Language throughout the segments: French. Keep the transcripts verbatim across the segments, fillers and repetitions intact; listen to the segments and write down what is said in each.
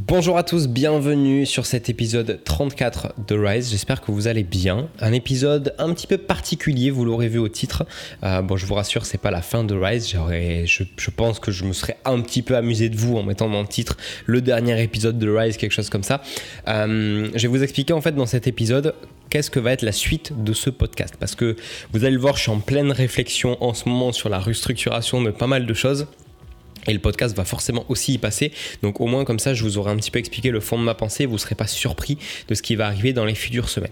Bonjour à tous, bienvenue sur cet épisode trente-quatre de Rise, j'espère que vous allez bien. Un épisode un petit peu particulier, vous l'aurez vu au titre. Euh, bon, je vous rassure, c'est pas la fin de Rise, J'aurais, je, je pense que je me serais un petit peu amusé de vous en mettant dans le titre le dernier épisode de Rise, quelque chose comme ça. Euh, je vais vous expliquer en fait dans cet épisode qu'est-ce que va être la suite de ce podcast. Parce que vous allez le voir, je suis en pleine réflexion en ce moment sur la restructuration de pas mal de choses. Et le podcast va forcément aussi y passer. Donc au moins comme ça, je vous aurai un petit peu expliqué le fond de ma pensée et vous ne serez pas surpris de ce qui va arriver dans les futures semaines.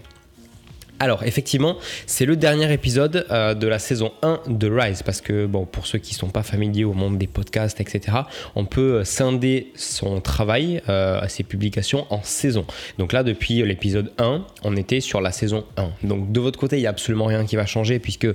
Alors effectivement, c'est le dernier épisode euh, de la saison un de Rise parce que bon, pour ceux qui ne sont pas familiers au monde des podcasts, et cetera, on peut scinder son travail, euh, ses publications en saisons. Donc là, depuis l'épisode un, on était sur la saison un. Donc de votre côté, il n'y a absolument rien qui va changer puisque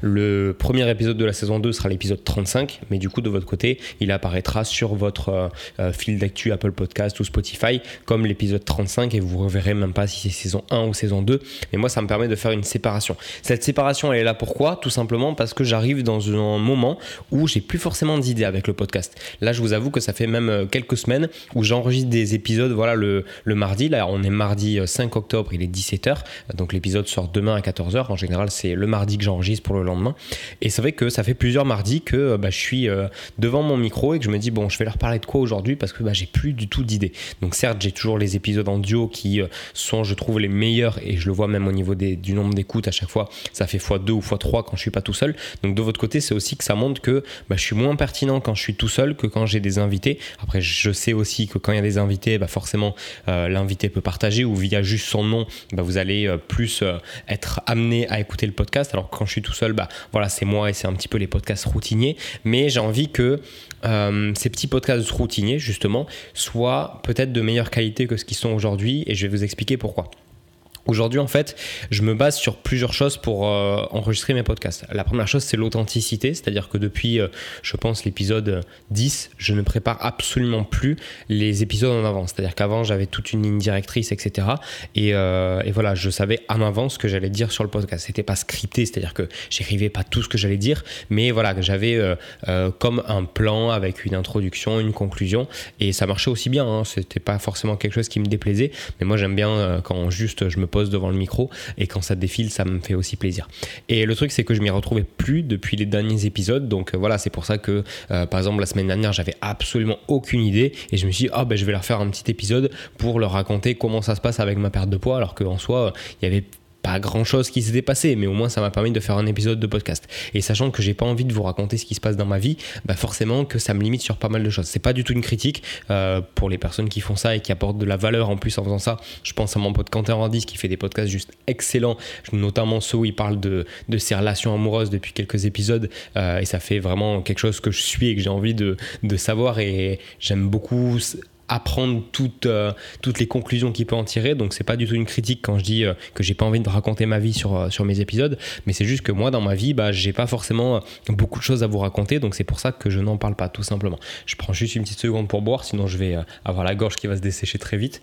le premier épisode de la saison deux sera l'épisode trente-cinq, mais du coup de votre côté, il apparaîtra sur votre euh, fil d'actu Apple Podcast ou Spotify comme l'épisode trente-cinq et vous ne reverrez même pas si c'est saison un ou saison deux. Mais moi, ça me permet de faire une séparation. Cette séparation, elle est là pourquoi ? Tout simplement parce que j'arrive dans un moment où j'ai plus forcément d'idées avec le podcast. Là, je vous avoue que ça fait même quelques semaines où j'enregistre des épisodes, voilà, le, le mardi. Là, on est mardi cinq octobre, il est dix-sept heures. Donc, l'épisode sort demain à quatorze heures. En général, c'est le mardi que j'enregistre pour le lendemain. Et c'est vrai que ça fait plusieurs mardis que bah, je suis euh, devant mon micro et que je me dis, bon, je vais leur parler de quoi aujourd'hui parce que bah, j'ai plus du tout d'idées. Donc, certes, j'ai toujours les épisodes en duo qui euh, sont, je trouve, les meilleurs et je le vois même au niveau des du nombre d'écoutes à chaque fois, ça fait fois deux ou fois trois quand je suis pas tout seul. Donc de votre côté, c'est aussi que ça montre que bah, je suis moins pertinent quand je suis tout seul que quand j'ai des invités. Après, je sais aussi que quand il y a des invités, bah, forcément, euh, l'invité peut partager ou via juste son nom, bah, vous allez euh, plus euh, être amené à écouter le podcast. Alors que quand je suis tout seul, bah, voilà, c'est moi et c'est un petit peu les podcasts routiniers. Mais j'ai envie que euh, ces petits podcasts routiniers, justement, soient peut-être de meilleure qualité que ce qu'ils sont aujourd'hui et je vais vous expliquer pourquoi. Aujourd'hui, en fait, je me base sur plusieurs choses pour euh, enregistrer mes podcasts. La première chose, c'est l'authenticité, c'est-à-dire que depuis, euh, je pense, l'épisode dix, je ne prépare absolument plus les épisodes en avance. C'est-à-dire qu'avant, j'avais toute une ligne directrice, et cetera. Et, euh, et voilà, je savais en avance ce que j'allais dire sur le podcast. C'était pas scripté, c'est-à-dire que j'écrivais pas tout ce que j'allais dire, mais voilà, j'avais euh, euh, comme un plan avec une introduction, une conclusion, et ça marchait aussi bien. Hein. C'était pas forcément quelque chose qui me déplaisait, mais moi, j'aime bien euh, quand juste je me pose devant le micro et quand ça défile, ça me fait aussi plaisir. Et le truc, c'est que je m'y retrouvais plus depuis les derniers épisodes, donc euh, voilà, c'est pour ça que euh, par exemple la semaine dernière, j'avais absolument aucune idée et je me suis dit, ah ben je vais leur faire un petit épisode pour leur raconter comment ça se passe avec ma perte de poids, alors qu'en soi, il y avait pas grand chose qui s'était passé, mais au moins ça m'a permis de faire un épisode de podcast. Et sachant que j'ai pas envie de vous raconter ce qui se passe dans ma vie, bah forcément que ça me limite sur pas mal de choses. C'est pas du tout une critique euh, pour les personnes qui font ça et qui apportent de la valeur en plus en faisant ça. Je pense à mon pote Quentin Randis qui fait des podcasts juste excellents, notamment ceux où il parle de, de ses relations amoureuses depuis quelques épisodes euh, et ça fait vraiment quelque chose que je suis et que j'ai envie de, de savoir et j'aime beaucoup apprendre toutes, euh, toutes les conclusions qu'il peut en tirer. Donc c'est pas du tout une critique quand je dis euh, que j'ai pas envie de raconter ma vie sur, euh, sur mes épisodes, mais c'est juste que moi dans ma vie, bah, j'ai pas forcément beaucoup de choses à vous raconter, donc c'est pour ça que je n'en parle pas tout simplement. Je prends juste une petite seconde pour boire, sinon je vais euh, avoir la gorge qui va se dessécher très vite.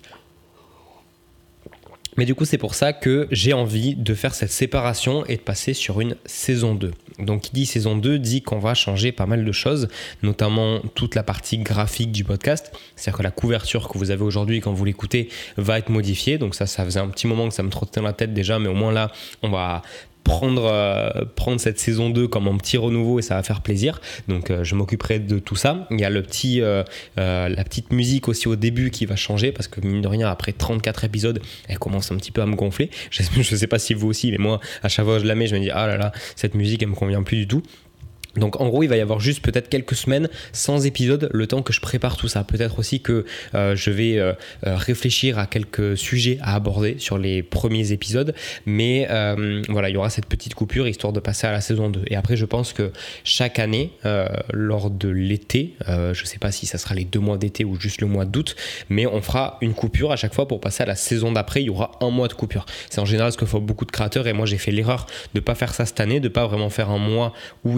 Mais du coup, c'est pour ça que j'ai envie de faire cette séparation et de passer sur une saison deux. Donc, qui dit saison deux dit qu'on va changer pas mal de choses, notamment toute la partie graphique du podcast. C'est-à-dire que la couverture que vous avez aujourd'hui quand vous l'écoutez va être modifiée. Donc ça, ça faisait un petit moment que ça me trottait dans la tête déjà, mais au moins là, on va prendre, euh, prendre cette saison deux comme un petit renouveau et ça va faire plaisir. Donc euh, je m'occuperai de tout ça. Il y a le petit, euh, euh, la petite musique aussi au début qui va changer parce que mine de rien, après trente-quatre épisodes, elle commence un petit peu à me gonfler. Je ne sais pas si vous aussi, mais moi, à chaque fois que je la mets, je me dis « Ah là là, cette musique, elle me convient plus du tout ». Donc en gros, il va y avoir juste peut-être quelques semaines sans épisode, le temps que je prépare tout ça. Peut-être aussi que euh, je vais euh, réfléchir à quelques sujets à aborder sur les premiers épisodes. Mais euh, voilà, il y aura cette petite coupure histoire de passer à la saison deux. Et après, je pense que chaque année, euh, lors de l'été, euh, je ne sais pas si ça sera les deux mois d'été ou juste le mois d'août, mais on fera une coupure à chaque fois pour passer à la saison d'après. Il y aura un mois de coupure. C'est en général ce que font beaucoup de créateurs et moi, j'ai fait l'erreur de ne pas faire ça cette année, de ne pas vraiment faire un mois où il y avait moins de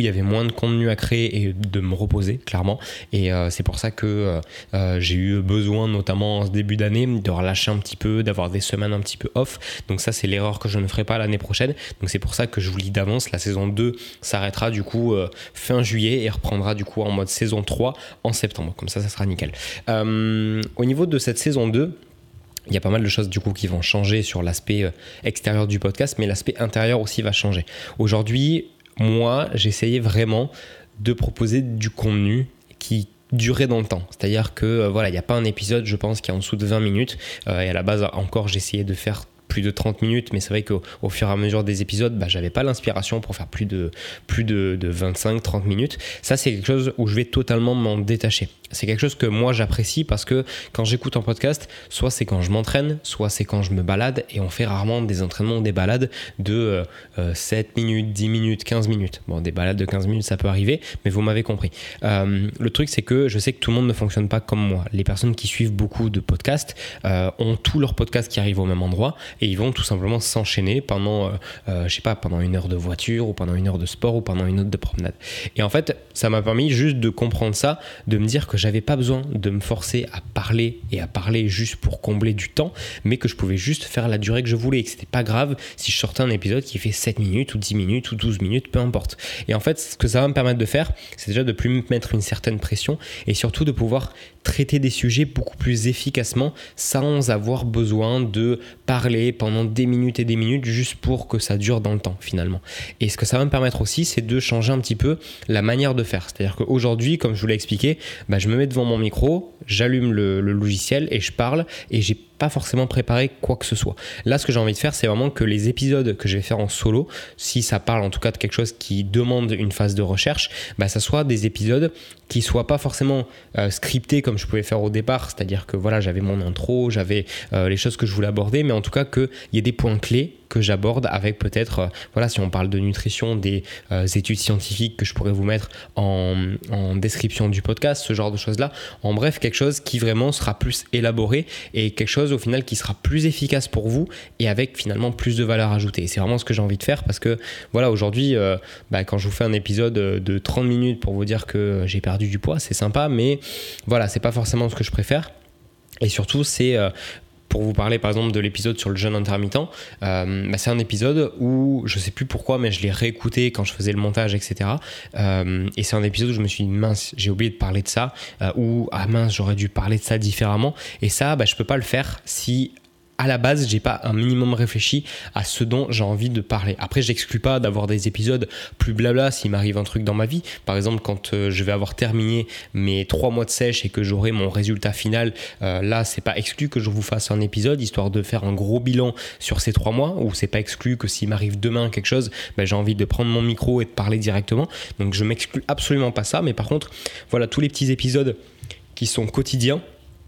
de contenu à créer et de me reposer clairement, et euh, c'est pour ça que euh, j'ai eu besoin notamment en ce début d'année de relâcher un petit peu, d'avoir des semaines un petit peu off. Donc ça c'est l'erreur que je ne ferai pas l'année prochaine, donc c'est pour ça que je vous lis d'avance, la saison deux s'arrêtera du coup euh, fin juillet et reprendra du coup en mode saison trois en septembre, comme ça ça sera nickel. Euh, au niveau de cette saison deux, il y a pas mal de choses du coup qui vont changer sur l'aspect extérieur du podcast, mais l'aspect intérieur aussi va changer. Aujourd'hui, moi, j'essayais vraiment de proposer du contenu qui durait dans le temps. C'est-à-dire que euh, voilà, il n'y a pas un épisode, je pense, qui est en dessous de vingt minutes. Euh, et à la base, encore, j'essayais de faire plus de trente minutes, mais c'est vrai qu'au au fur et à mesure des épisodes, bah, j'avais pas l'inspiration pour faire plus de, plus de, de vingt-cinq trente minutes. Ça, c'est quelque chose où je vais totalement m'en détacher. C'est quelque chose que moi j'apprécie parce que quand j'écoute un podcast, soit c'est quand je m'entraîne, soit c'est quand je me balade, et on fait rarement des entraînements ou des balades de euh, sept minutes, dix minutes, quinze minutes. Bon, des balades de quinze minutes ça peut arriver, mais vous m'avez compris. Euh, le truc c'est que je sais que tout le monde ne fonctionne pas comme moi. Les personnes qui suivent beaucoup de podcasts euh, ont tous leurs podcasts qui arrivent au même endroit et ils vont tout simplement s'enchaîner pendant, euh, euh, je sais pas, pendant une heure de voiture ou pendant une heure de sport ou pendant une heure de promenade. Et en fait, ça m'a permis juste de comprendre ça, de me dire que j'avais pas besoin de me forcer à parler et à parler juste pour combler du temps, mais que je pouvais juste faire la durée que je voulais et que c'était pas grave si je sortais un épisode qui fait sept minutes ou dix minutes ou douze minutes, peu importe. Et en fait, ce que ça va me permettre de faire, c'est déjà de plus me mettre une certaine pression et surtout de pouvoir traiter des sujets beaucoup plus efficacement sans avoir besoin de parler pendant des minutes et des minutes juste pour que ça dure dans le temps finalement. Et ce que ça va me permettre aussi, c'est de changer un petit peu la manière de faire. C'est-à-dire qu'aujourd'hui, comme je vous l'ai expliqué, bah, je me mets devant mon micro, j'allume le, le logiciel et je parle et j'ai pas forcément préparé quoi que ce soit. Là, ce que j'ai envie de faire, c'est vraiment que les épisodes que je vais faire en solo, si ça parle en tout cas de quelque chose qui demande une phase de recherche, bah, ça soit des épisodes qui soient pas forcément euh, scriptés comme je pouvais faire au départ, c'est-à-dire que voilà, j'avais mon intro, j'avais euh, les choses que je voulais aborder, mais en tout cas qu'il y ait des points clés que j'aborde avec peut-être, euh, voilà, si on parle de nutrition, des euh, études scientifiques que je pourrais vous mettre en, en description du podcast, ce genre de choses-là. En bref, quelque chose qui vraiment sera plus élaboré et quelque chose au final qui sera plus efficace pour vous et avec finalement plus de valeur ajoutée. Et c'est vraiment ce que j'ai envie de faire parce que voilà, aujourd'hui, euh, bah, quand je vous fais un épisode de trente minutes pour vous dire que j'ai perdu du poids, c'est sympa, mais voilà, c'est pas forcément ce que je préfère. Et surtout, c'est... Euh, pour vous parler par exemple de l'épisode sur le jeûne intermittent, euh, bah c'est un épisode où je sais plus pourquoi, mais je l'ai réécouté quand je faisais le montage, et cetera. Euh, et c'est un épisode où je me suis dit mince, j'ai oublié de parler de ça, euh, ou ah mince, j'aurais dû parler de ça différemment. Et ça, bah, je peux pas le faire si à la base, j'ai pas un minimum réfléchi à ce dont j'ai envie de parler. Après, j'exclus pas d'avoir des épisodes plus blabla s'il m'arrive un truc dans ma vie. Par exemple, quand euh, je vais avoir terminé mes trois mois de sèche et que j'aurai mon résultat final, euh, là, c'est pas exclu que je vous fasse un épisode histoire de faire un gros bilan sur ces trois mois. Ou c'est pas exclu que s'il m'arrive demain quelque chose, ben, j'ai envie de prendre mon micro et de parler directement. Donc, je m'exclus absolument pas ça. Mais par contre, voilà, tous les petits épisodes qui sont quotidiens,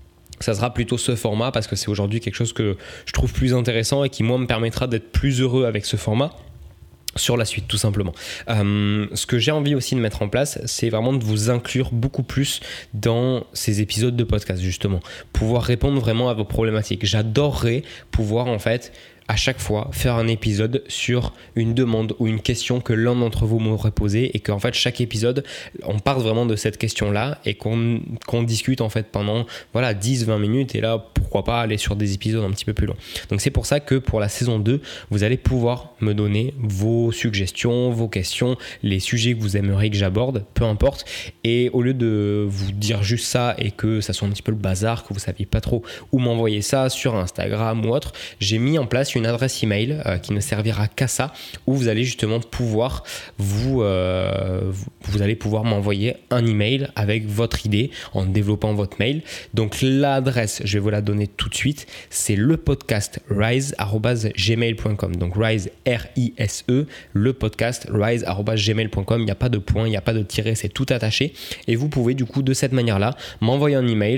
ça sera plutôt ce format parce que c'est aujourd'hui quelque chose que je trouve plus intéressant et qui moi me permettra d'être plus heureux avec ce format sur la suite tout simplement. Euh, ce que j'ai envie aussi de mettre en place, c'est vraiment de vous inclure beaucoup plus dans ces épisodes de podcast justement, pouvoir répondre vraiment à vos problématiques. J'adorerais pouvoir en fait à chaque fois faire un épisode sur une demande ou une question que l'un d'entre vous m'aurait posée et qu'en fait chaque épisode on parte vraiment de cette question là et qu'on, qu'on discute en fait pendant voilà dix vingt minutes et là pourquoi pas aller sur des épisodes un petit peu plus longs. Donc c'est pour ça que pour la saison deux vous allez pouvoir me donner vos suggestions, vos questions, les sujets que vous aimeriez que j'aborde, peu importe, et au lieu de vous dire juste ça et que ça soit un petit peu le bazar, que vous saviez pas trop où m'envoyer ça sur Instagram ou autre, j'ai mis en place une adresse email euh, qui ne servira qu'à ça, où vous allez justement pouvoir vous, euh, vous, vous allez pouvoir m'envoyer un email avec votre idée en développant votre mail. Donc l'adresse, je vais vous la donner tout de suite, c'est le podcast rise arobase gmail point com. Donc rise R I S E, le podcast rise arobase gmail point com. Il n'y a pas de point, il n'y a pas de tiret, c'est tout attaché. Et vous pouvez du coup de cette manière-là m'envoyer un email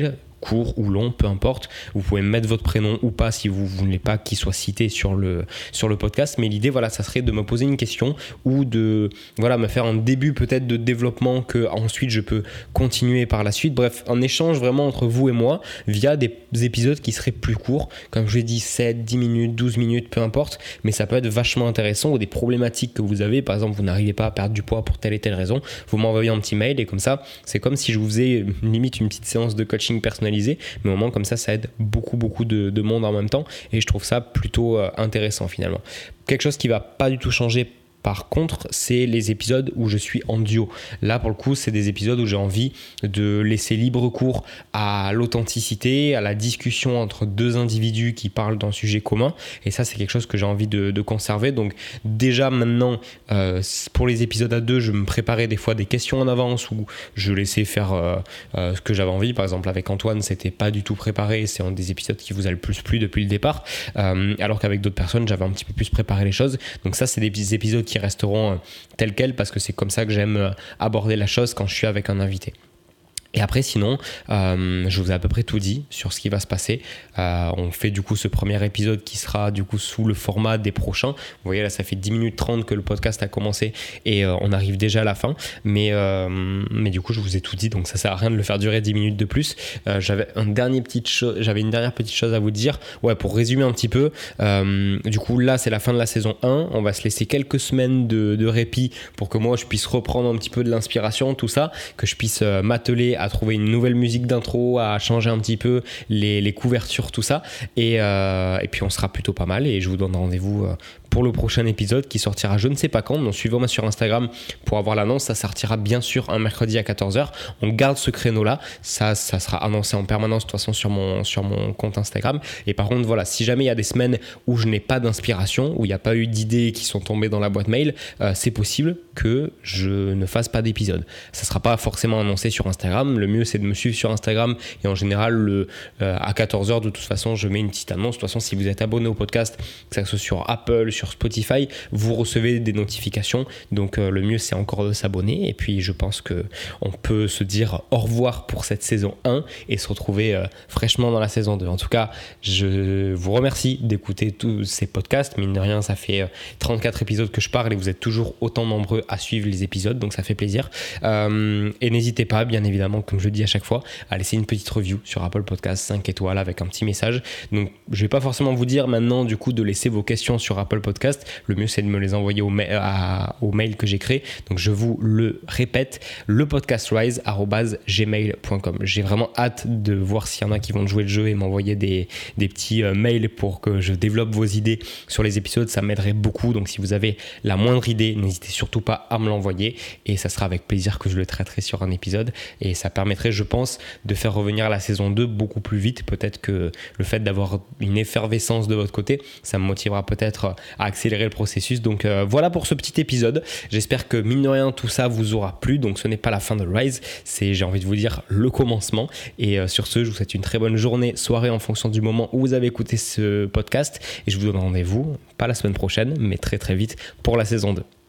court ou long, peu importe. Vous pouvez mettre votre prénom ou pas si vous, vous ne voulez pas qu'il soit cité sur le, sur le podcast. Mais l'idée, voilà, ça serait de me poser une question ou de voilà, me faire un début peut-être de développement que ensuite je peux continuer par la suite. Bref, un échange vraiment entre vous et moi via des épisodes qui seraient plus courts. Comme je l'ai dit, sept, dix minutes, douze minutes, peu importe. Mais ça peut être vachement intéressant ou des problématiques que vous avez. Par exemple, vous n'arrivez pas à perdre du poids pour telle et telle raison. Vous m'envoyez un petit mail et comme ça, c'est comme si je vous faisais limite une petite séance de coaching personnalisée. Mais au moins, comme ça, ça aide beaucoup, beaucoup de, de monde en même temps. Et je trouve ça plutôt euh, intéressant finalement. Quelque chose qui va pas du tout changer. Par contre, c'est les épisodes où je suis en duo. Là, pour le coup, c'est des épisodes où j'ai envie de laisser libre cours à l'authenticité, à la discussion entre deux individus qui parlent d'un sujet commun. Et ça, c'est quelque chose que j'ai envie de, de conserver. Donc déjà maintenant, euh, pour les épisodes à deux, je me préparais des fois des questions en avance où je laissais faire euh, euh, ce que j'avais envie. Par exemple, avec Antoine, c'était pas du tout préparé. C'est un des épisodes qui vous a le plus plu depuis le départ. Euh, alors qu'avec d'autres personnes, j'avais un petit peu plus préparé les choses. Donc ça, c'est des épisodes qui qui resteront tels quels parce que c'est comme ça que j'aime aborder la chose quand je suis avec un invité. Et après, sinon, euh, je vous ai à peu près tout dit sur ce qui va se passer. Euh, on fait du coup ce premier épisode qui sera du coup sous le format des prochains. Vous voyez là, ça fait dix minutes trente que le podcast a commencé et euh, on arrive déjà à la fin. Mais, euh, mais du coup, je vous ai tout dit, donc ça sert à rien de le faire durer dix minutes de plus. Euh, j'avais, un dernier petite cho- j'avais une dernière petite chose à vous dire. Ouais, pour résumer un petit peu, euh, du coup là, c'est la fin de la saison un. On va se laisser quelques semaines de, de répit pour que moi, je puisse reprendre un petit peu de l'inspiration, tout ça, que je puisse euh, m'atteler à à trouver une nouvelle musique d'intro, à changer un petit peu les, les couvertures, tout ça. Et, euh, et puis on sera plutôt pas mal et je vous donne rendez-vous euh, pour le prochain épisode qui sortira je ne sais pas quand. Donc suivez-moi sur Instagram pour avoir l'annonce. Ça sortira bien sûr un mercredi à quatorze heures. On garde ce créneau-là. Ça, ça sera annoncé en permanence de toute façon sur mon, sur mon compte Instagram. Et par contre, voilà, si jamais il y a des semaines où je n'ai pas d'inspiration, où il n'y a pas eu d'idées qui sont tombées dans la boîte mail, euh, c'est possible que je ne fasse pas d'épisode. Ça ne sera pas forcément annoncé sur Instagram. Le mieux, c'est de me suivre sur Instagram. Et en général, le, euh, à quatorze heures, de toute façon, je mets une petite annonce. De toute façon, si vous êtes abonné au podcast, que ce soit sur Apple, sur Spotify, vous recevez des notifications. Donc, euh, le mieux, c'est encore de s'abonner. Et puis, je pense qu'on peut se dire au revoir pour cette saison un et se retrouver euh, fraîchement dans la saison deux. En tout cas, je vous remercie d'écouter tous ces podcasts. Mine de rien, ça fait euh, trente-quatre épisodes que je parle et vous êtes toujours autant nombreux à suivre les épisodes. Donc, ça fait plaisir. Euh, et n'hésitez pas, bien évidemment, comme je le dis à chaque fois, à laisser une petite review sur Apple Podcast, cinq étoiles avec un petit message. Donc, je vais pas forcément vous dire maintenant, du coup, de laisser vos questions sur Apple Podcast. Le mieux, c'est de me les envoyer au, ma- à, au mail que j'ai créé. Donc, je vous le répète, le podcast rise arobase gmail point com. J'ai vraiment hâte de voir s'il y en a qui vont jouer le jeu et m'envoyer des, des petits euh, mails pour que je développe vos idées sur les épisodes. Ça m'aiderait beaucoup. Donc, si vous avez la moindre idée, n'hésitez surtout pas à me l'envoyer et ça sera avec plaisir que je le traiterai sur un épisode et ça permettrait, je pense, de faire revenir la saison deux beaucoup plus vite. Peut-être que le fait d'avoir une effervescence de votre côté, ça me motivera peut-être à accélérer le processus. Donc euh, voilà pour ce petit épisode. J'espère que mine de rien, tout ça vous aura plu. Donc ce n'est pas la fin de Rise, c'est, j'ai envie de vous dire, le commencement. Et euh, sur ce, je vous souhaite une très bonne journée, soirée en fonction du moment où vous avez écouté ce podcast. Et je vous donne rendez-vous, pas la semaine prochaine, mais très très vite pour la saison deux.